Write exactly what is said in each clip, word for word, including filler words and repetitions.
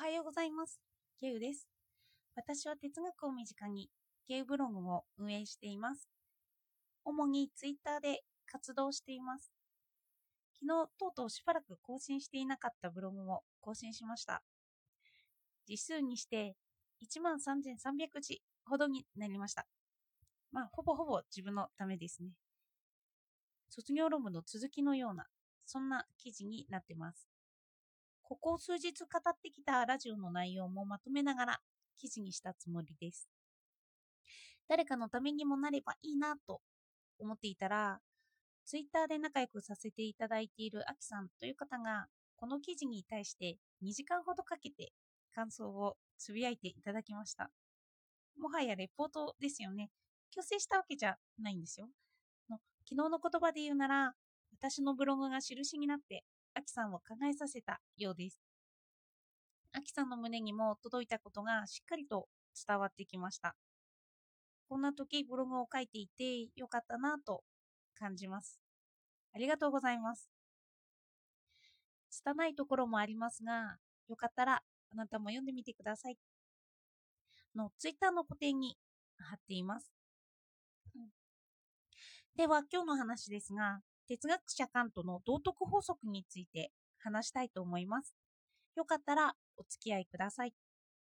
はようございます。ケウです。私は哲学を身近にケウブログを運営しています。主にツイッターで活動しています。昨日、とうとうしばらく更新していなかったブログを更新しました。字数にしていちまんさんぜんさんびゃくじほどになりました。まあ、ほぼほぼ自分のためですね。卒業論文の続きのような、そんな記事になってます。ここ数日語ってきたラジオの内容もまとめながら記事にしたつもりです。誰かのためにもなればいいなと思っていたら、ツイッターで仲良くさせていただいているアキさんという方が、この記事に対してにじかんほどかけて感想をつぶやいていただきました。もはやレポートですよね。強制したわけじゃないんですよ。の昨日の言葉で言うなら、私のブログが印になって、アキさんを考えさせたようです。アキさんの胸にも届いたことがしっかりと伝わってきました。こんな時ブログを書いていてよかったなと感じます。ありがとうございます。拙いところもありますが、よかったらあなたも読んでみてください。のツイッターの固定に貼っています。うん、では今日の話ですが、哲学者カントの道徳法則について話したいと思います。よかったらお付き合いください。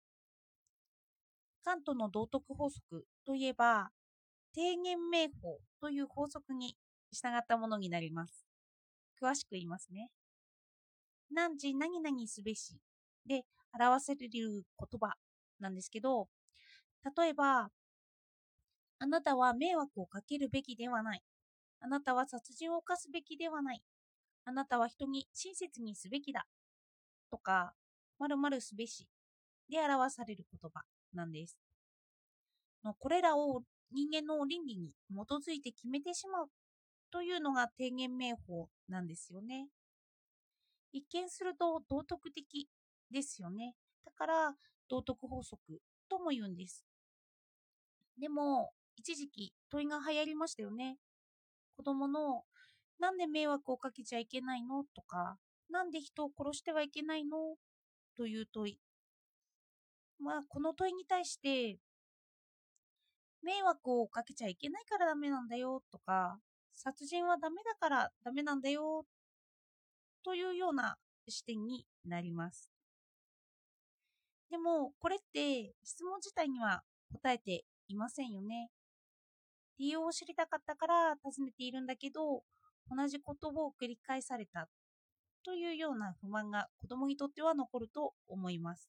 カントの道徳法則といえば、定言明法という法則に従ったものになります。詳しく言いますね。何時何々すべしで表せれる言葉なんですけど、例えば、あなたは迷惑をかけるべきではない。あなたは殺人を犯すべきではない。あなたは人に親切にすべきだ。とか、〇〇すべしで表される言葉なんです。のこれらを人間の倫理に基づいて決めてしまうというのが定言明法なんですよね。一見すると道徳的ですよね。だから道徳法則とも言うんです。でも一時期問いが流行りましたよね。子供のなんで迷惑をかけちゃいけないのとか、なんで人を殺してはいけないのという問い。まあこの問いに対して迷惑をかけちゃいけないからダメなんだよとか、殺人はダメだからダメなんだよというような視点になります。でも、これって質問自体には答えていませんよね。理由を知りたかったから尋ねているんだけど、同じことを繰り返されたというような不満が子供にとっては残ると思います。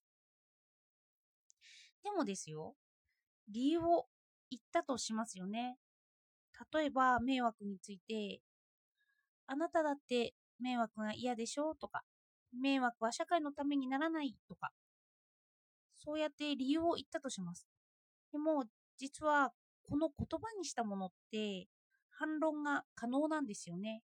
でもですよ、理由を言ったとしますよね。例えば、迷惑について、あなただって迷惑が嫌でしょとか、迷惑は社会のためにならないとか、そうやって理由を言ったとします。でも、実はこの言葉にしたものって反論が可能なんですよね。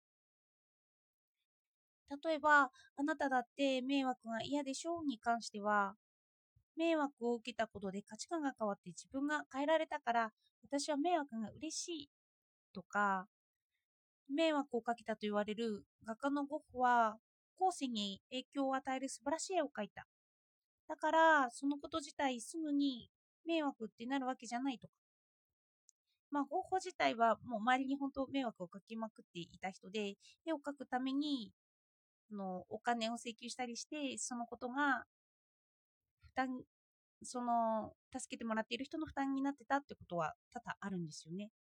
例えば、あなただって迷惑が嫌でしょうに関しては、迷惑を受けたことで価値観が変わって自分が変えられたから、私は迷惑が嬉しいとか、迷惑をかけたと言われる画家のゴッホは、後世に影響を与える素晴らしい絵を描いた。だから、そのこと自体すぐに迷惑ってなるわけじゃないとか。まあ、ゴッホ自体はもう周りに本当迷惑をかけまくっていた人で、絵を描くためにのお金を請求したりして、そのことが負担、その助けてもらっている人の負担になってたってことは多々あるんですよね。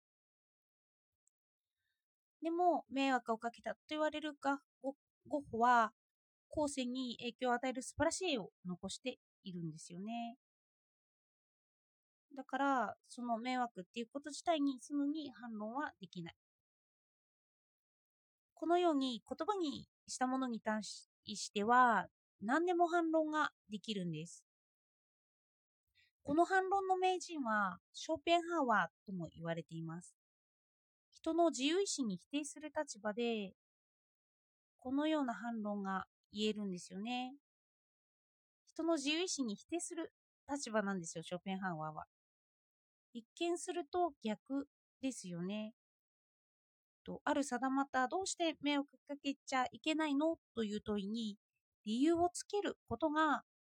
でも、迷惑をかけたと言われるがゴゴッホは、後世に影響を与える素晴らしい絵を残しているんですよね。だから、その迷惑っていうこと自体にすぐに反論はできない。このように言葉にしたものに対しては何でも反論ができるんです。この反論の名人はショーペンハーワーとも言われています。人の自由意志に否定する立場でこのような反論が言えるんですよね。人の自由意志に否定する立場なんですよ、ショーペンハーワーは。一見すると逆ですよね。とある定まったどうして迷惑かけちゃいけないのという問いに理由をつけることが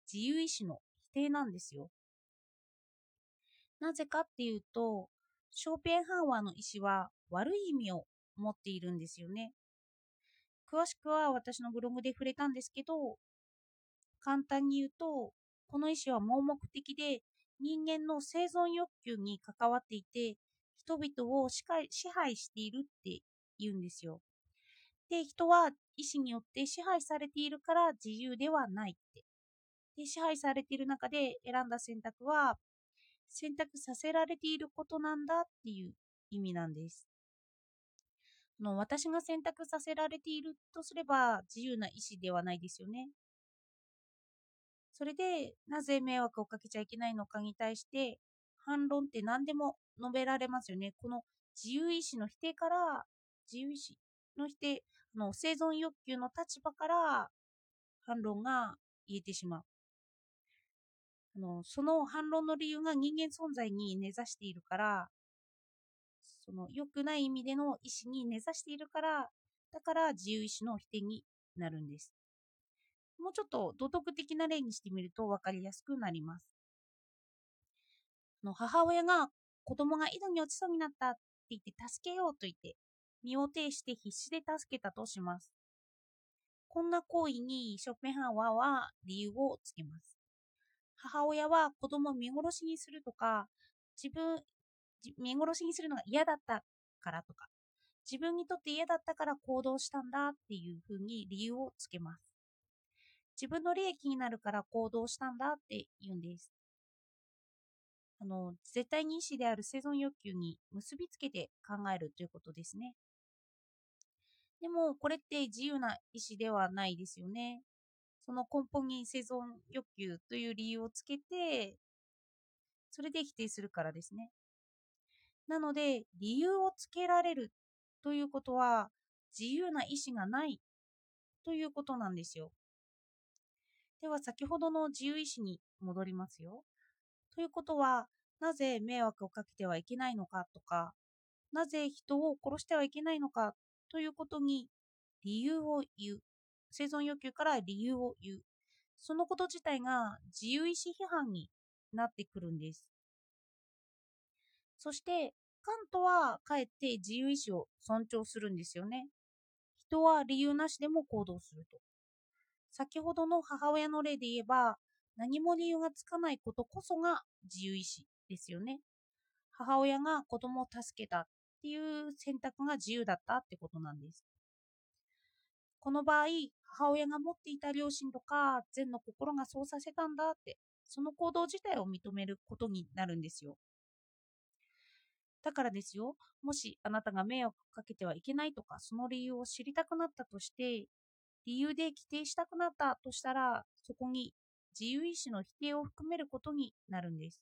自由意志の否定なんですよ。なぜかっていうと、ショーペンハワーの意思は悪い意味を持っているんですよね。詳しくは私のブログで触れたんですけど、簡単に言うと、この意思は盲目的で人間の生存欲求に関わっていて、人々を支配支配しているって言うんですよ。で、人は意思によって支配されているから自由ではないって。で、支配されている中で選んだ選択は選択させられていることなんだっていう意味なんです。あの私が選択させられているとすれば自由な意思ではないですよね。それでなぜ迷惑をかけちゃいけないのかに対して反論って何でも述べられますよね。この自由意志の否定から自由意志の否定あの生存欲求の立場から反論が言えてしまう。あのその反論の理由が人間存在に根ざしているから、その良くない意味での意思に根ざしているから、だから自由意志の否定になるんです。もうちょっと道徳的な例にしてみると分かりやすくなります。の母親が子供が井戸に落ちそうになったって言って助けようと言って身を挺して必死で助けたとします。こんな行為にショッペンハワーは理由をつけます。母親は子供を見殺しにするとか、自分見殺しにするのが嫌だったからとか、自分にとって嫌だったから行動したんだっていうふうに理由をつけます。自分の利益になるから行動したんだって言うんです。あの絶対に意思である生存欲求に結びつけて考えるということですね。でもこれって自由な意思ではないですよね。その根本に生存欲求という理由をつけて、それで否定するからですね。なので理由をつけられるということは自由な意思がないということなんですよ。では先ほどの自由意志に戻りますよ。ということは、なぜ迷惑をかけてはいけないのかとか、なぜ人を殺してはいけないのかということに理由を言う。生存欲求から理由を言う。そのこと自体が自由意志批判になってくるんです。そして、カントはかえって自由意志を尊重するんですよね。人は理由なしでも行動すると。先ほどの母親の例で言えば、何も理由がつかないことこそが自由意志ですよね。母親が子供を助けたっていう選択が自由だったってことなんです。この場合、母親が持っていた良心とか善の心がそうさせたんだって、その行動自体を認めることになるんですよ。だからですよ、もしあなたが迷惑をかけてはいけないとか、その理由を知りたくなったとして、理由で規定したくなったとしたら、そこに自由意志の否定を含めることになるんです。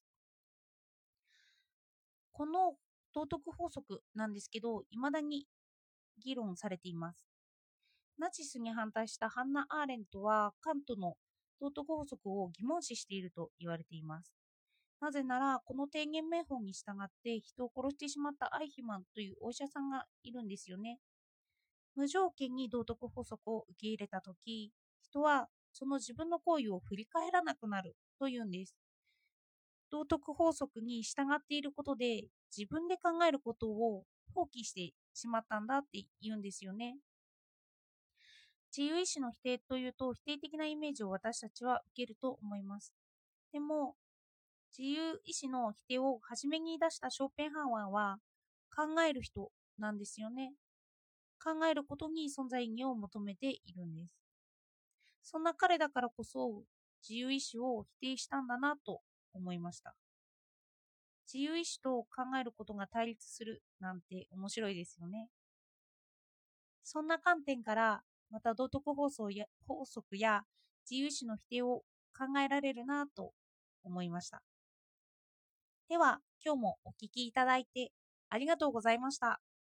この道徳法則なんですけど、未だに議論されています。ナチスに反対したハンナ・アーレントは、カントの道徳法則を疑問視していると言われています。なぜなら、この提言名法に従って人を殺してしまったアイヒマンというお医者さんがいるんですよね。無条件に道徳法則を受け入れたとき、人はその自分の行為を振り返らなくなるというんです。道徳法則に従っていることで自分で考えることを放棄してしまったんだって言うんですよね。自由意志の否定というと否定的なイメージを私たちは受けると思います。でも自由意志の否定を初めに出したショーペンハワーは考える人なんですよね。考えることに存在意義を求めているんです。そんな彼だからこそ自由意志を否定したんだなと思いました。自由意志と考えることが対立するなんて面白いですよね。そんな観点からまた道徳法則や法則や自由意志の否定を考えられるなと思いました。では今日もお聞きいただいてありがとうございました。